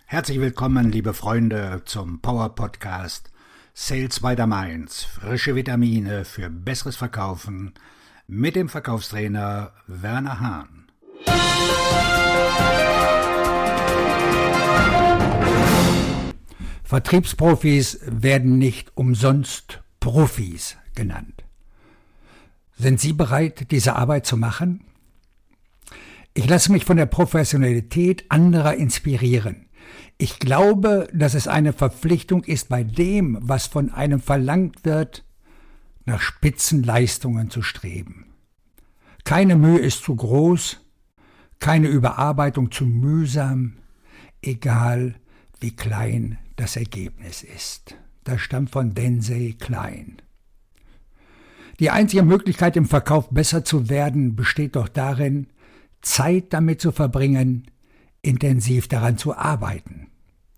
Herzlich willkommen, liebe Freunde, zum Power Podcast Sales by the Mainz. Frische Vitamine für besseres Verkaufen mit dem Verkaufstrainer Werner Hahn. Vertriebsprofis werden nicht umsonst Profis genannt. Sind Sie bereit, diese Arbeit zu machen? Ich lasse mich von der Professionalität anderer inspirieren. Ich glaube, dass es eine Verpflichtung ist, bei dem, was von einem verlangt wird, nach Spitzenleistungen zu streben. Keine Mühe ist zu groß, keine Überarbeitung zu mühsam, egal wie klein das Ergebnis ist. Das stammt von Densey Klein. Die einzige Möglichkeit, im Verkauf besser zu werden, besteht doch darin, Zeit damit zu verbringen, intensiv daran zu arbeiten.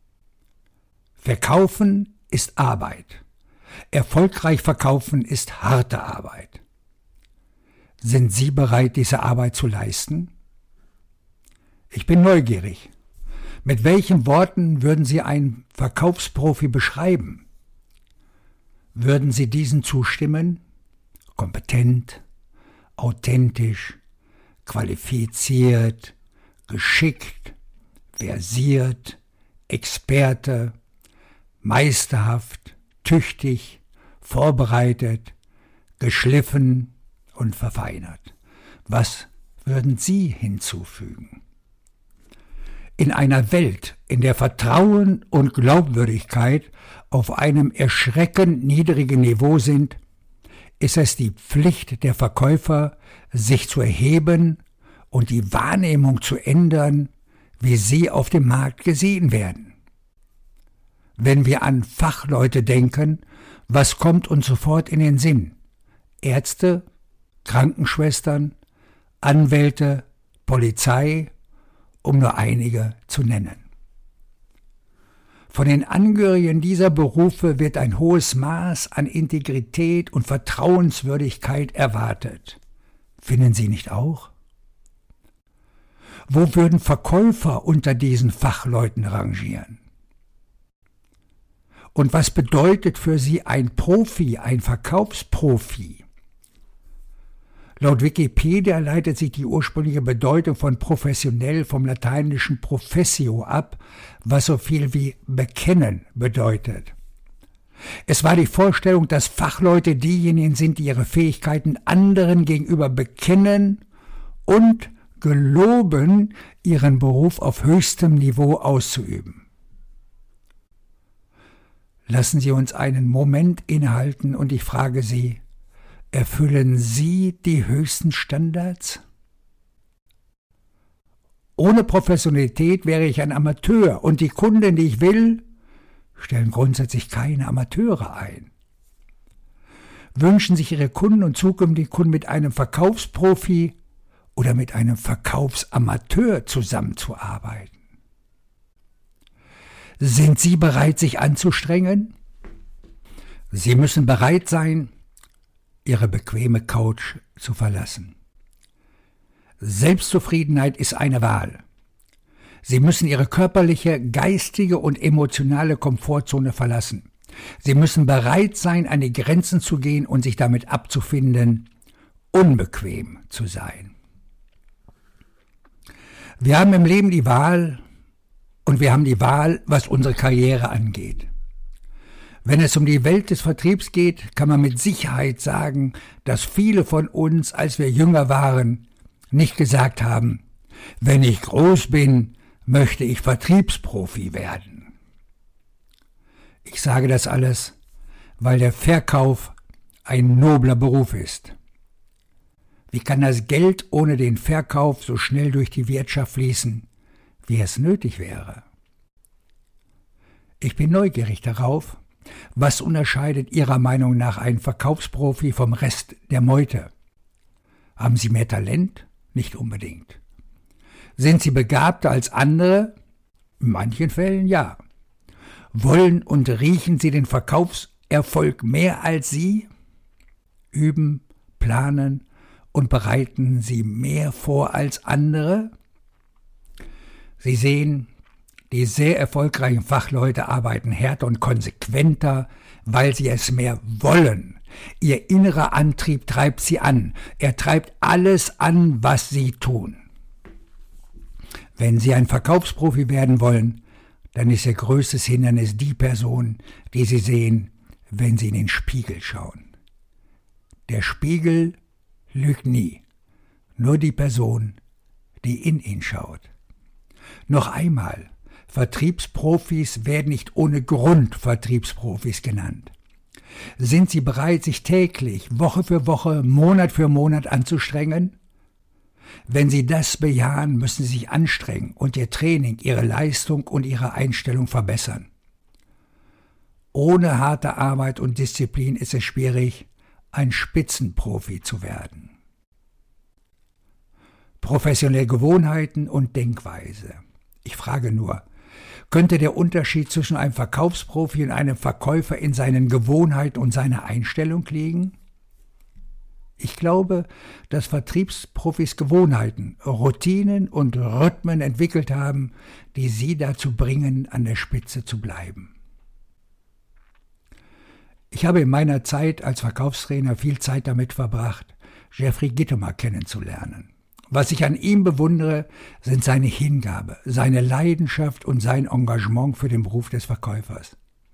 Verkaufen ist Arbeit. Erfolgreich verkaufen ist harte Arbeit. Sind Sie bereit, diese Arbeit zu leisten? Ich bin neugierig. Mit welchen Worten würden Sie einen Verkaufsprofi beschreiben? Würden Sie diesen zustimmen? Kompetent, authentisch, qualifiziert, geschickt, versiert, Experte, meisterhaft, tüchtig, vorbereitet, geschliffen und verfeinert. Was würden Sie hinzufügen? In einer Welt, in der Vertrauen und Glaubwürdigkeit auf einem erschreckend niedrigen Niveau sind, ist es die Pflicht der Verkäufer, sich zu erheben und die Wahrnehmung zu ändern, wie sie auf dem Markt gesehen werden. Wenn wir an Fachleute denken, was kommt uns sofort in den Sinn? Ärzte, Krankenschwestern, Anwälte, Polizei, um nur einige zu nennen. Von den Angehörigen dieser Berufe wird ein hohes Maß an Integrität und Vertrauenswürdigkeit erwartet. Finden Sie nicht auch? Wo würden Verkäufer unter diesen Fachleuten rangieren? Und was bedeutet für Sie ein Profi, ein Verkaufsprofi? Laut Wikipedia leitet sich die ursprüngliche Bedeutung von professionell vom lateinischen professio ab, was so viel wie bekennen bedeutet. Es war die Vorstellung, dass Fachleute diejenigen sind, die ihre Fähigkeiten anderen gegenüber bekennen und geloben, ihren Beruf auf höchstem Niveau auszuüben. Lassen Sie uns einen Moment innehalten und ich frage Sie, erfüllen Sie die höchsten Standards? Ohne Professionalität wäre ich ein Amateur und die Kunden, die ich will, stellen grundsätzlich keine Amateure ein. Wünschen sich Ihre Kunden und zukünftige Kunden mit einem Verkaufsprofi oder mit einem Verkaufsamateur zusammenzuarbeiten? Sind Sie bereit, sich anzustrengen? Sie müssen bereit sein, Ihre bequeme Couch zu verlassen. Selbstzufriedenheit ist eine Wahl. Sie müssen Ihre körperliche, geistige und emotionale Komfortzone verlassen. Sie müssen bereit sein, an die Grenzen zu gehen und sich damit abzufinden, unbequem zu sein. Wir haben im Leben die Wahl und wir haben die Wahl, was unsere Karriere angeht. Wenn es um die Welt des Vertriebs geht, kann man mit Sicherheit sagen, dass viele von uns, als wir jünger waren, nicht gesagt haben, wenn ich groß bin, möchte ich Vertriebsprofi werden. Ich sage das alles, weil der Verkauf ein nobler Beruf ist. Wie kann das Geld ohne den Verkauf so schnell durch die Wirtschaft fließen, wie es nötig wäre? Ich bin neugierig darauf, was unterscheidet Ihrer Meinung nach einen Verkaufsprofi vom Rest der Meute? Haben Sie mehr Talent? Nicht unbedingt. Sind Sie begabter als andere? In manchen Fällen ja. Wollen und riechen Sie den Verkaufserfolg mehr als Sie? Üben, planen und bereiten Sie mehr vor als andere? Sie sehen, Die sehr erfolgreichen Fachleute arbeiten härter und konsequenter, weil sie es mehr wollen. Ihr innerer Antrieb treibt sie an. Er treibt alles an, was sie tun. Wenn Sie ein Verkaufsprofi werden wollen, dann ist Ihr größtes Hindernis die Person, die Sie sehen, wenn Sie in den Spiegel schauen. Der Spiegel lügt nie, nur die Person, die in ihn schaut. Noch einmal, Vertriebsprofis werden nicht ohne Grund Vertriebsprofis genannt. Sind Sie bereit, sich täglich, Woche für Woche, Monat für Monat anzustrengen? Wenn Sie das bejahen, müssen Sie sich anstrengen und Ihr Training, Ihre Leistung und Ihre Einstellung verbessern. Ohne harte Arbeit und Disziplin ist es schwierig, ein Spitzenprofi zu werden. Professionelle Gewohnheiten und Denkweise. Ich frage nur, könnte der Unterschied zwischen einem Verkaufsprofi und einem Verkäufer in seinen Gewohnheiten und seiner Einstellung liegen? Ich glaube, dass Vertriebsprofis Gewohnheiten, Routinen und Rhythmen entwickelt haben, die sie dazu bringen, an der Spitze zu bleiben. Ich habe in meiner Zeit als Verkaufstrainer viel Zeit damit verbracht, Jeffrey Gitomer kennenzulernen. Was ich an ihm bewundere, sind seine Hingabe, seine Leidenschaft und sein Engagement für den Beruf des Verkäufers.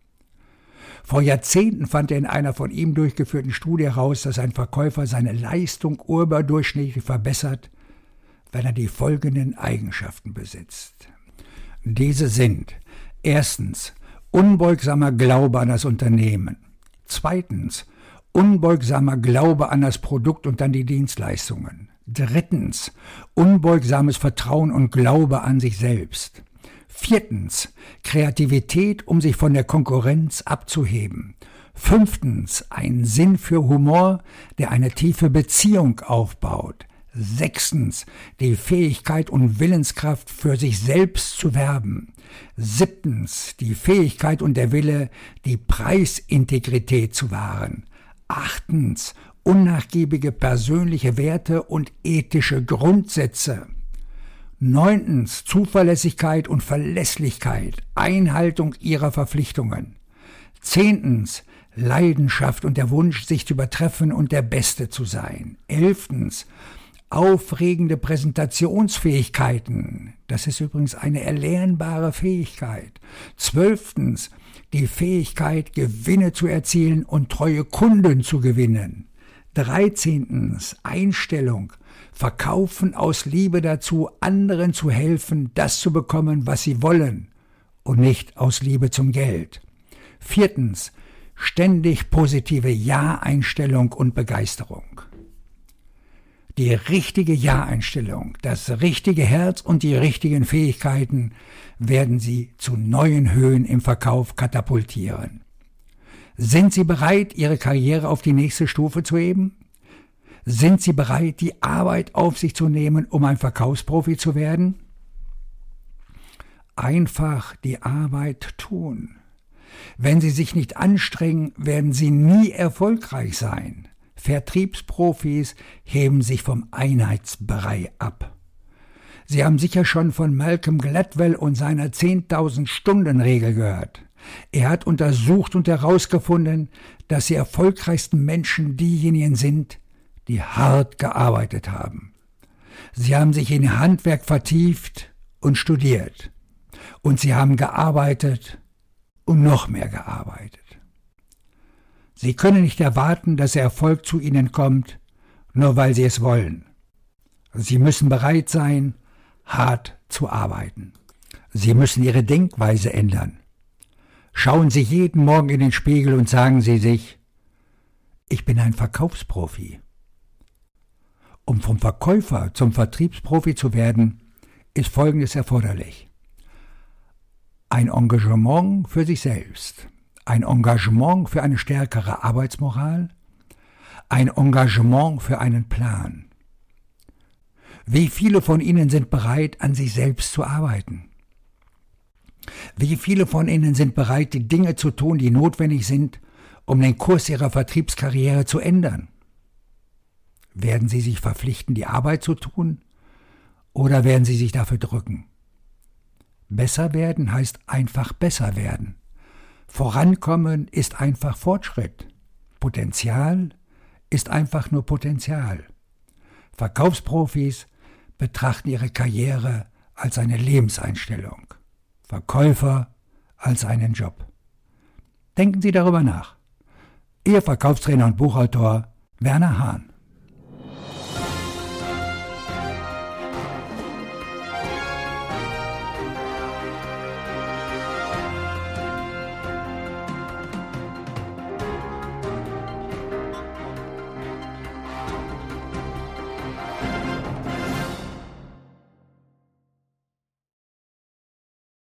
Vor Jahrzehnten fand er in einer von ihm durchgeführten Studie heraus, dass ein Verkäufer seine Leistung überdurchschnittlich verbessert, wenn er die folgenden Eigenschaften besitzt. Diese sind: erstens, unbeugsamer Glaube an das Unternehmen. Zweitens, unbeugsamer Glaube an das Produkt und an die Dienstleistungen. Drittens, unbeugsames Vertrauen und Glaube an sich selbst. Viertens, Kreativität, um sich von der Konkurrenz abzuheben. Fünftens, ein Sinn für Humor, der eine tiefe Beziehung aufbaut. Sechstens, die Fähigkeit und Willenskraft, für sich selbst zu werben. Siebtens, die Fähigkeit und der Wille, die Preisintegrität zu wahren. Achtens, unnachgiebige persönliche Werte und ethische Grundsätze. Neuntens, Zuverlässigkeit und Verlässlichkeit, Einhaltung ihrer Verpflichtungen. Zehntens, Leidenschaft und der Wunsch, sich zu übertreffen und der Beste zu sein. Elftens, aufregende Präsentationsfähigkeiten. Das ist übrigens eine erlernbare Fähigkeit. Zwölftens, die Fähigkeit, Gewinne zu erzielen und treue Kunden zu gewinnen. 13. Einstellung, Verkaufen aus Liebe dazu, anderen zu helfen, das zu bekommen, was sie wollen, und nicht aus Liebe zum Geld. 4. Ständig positive Ja-Einstellung und Begeisterung. Die richtige Ja-Einstellung, das richtige Herz und die richtigen Fähigkeiten werden Sie zu neuen Höhen im Verkauf katapultieren. Sind Sie bereit, Ihre Karriere auf die nächste Stufe zu heben? Sind Sie bereit, die Arbeit auf sich zu nehmen, um ein Verkaufsprofi zu werden? Einfach die Arbeit tun. Wenn Sie sich nicht anstrengen, werden Sie nie erfolgreich sein. Vertriebsprofis heben sich vom Einheitsbrei ab. Sie haben sicher schon von Malcolm Gladwell und seiner 10.000-Stunden-Regel gehört. Er hat untersucht und herausgefunden, dass die erfolgreichsten Menschen diejenigen sind, die hart gearbeitet haben. Sie haben sich in Handwerk vertieft und studiert. Und sie haben gearbeitet und noch mehr gearbeitet. Sie können nicht erwarten, dass der Erfolg zu ihnen kommt, nur weil sie es wollen. Sie müssen bereit sein, hart zu arbeiten. Sie müssen ihre Denkweise ändern. Schauen Sie jeden Morgen in den Spiegel und sagen Sie sich: Ich bin ein Verkaufsprofi. Um vom Verkäufer zum Vertriebsprofi zu werden, ist Folgendes erforderlich: ein Engagement für sich selbst, ein Engagement für eine stärkere Arbeitsmoral, ein Engagement für einen Plan. Wie viele von Ihnen sind bereit, an sich selbst zu arbeiten? Wie viele von Ihnen sind bereit, die Dinge zu tun, die notwendig sind, um den Kurs Ihrer Vertriebskarriere zu ändern? Werden Sie sich verpflichten, die Arbeit zu tun, oder werden Sie sich dafür drücken? Besser werden heißt einfach besser werden. Vorankommen ist einfach Fortschritt. Potenzial ist einfach nur Potenzial. Verkaufsprofis betrachten ihre Karriere als eine Lebenseinstellung. Verkäufer als einen Job. Denken Sie darüber nach. Ihr Verkaufstrainer und Buchautor Werner Hahn.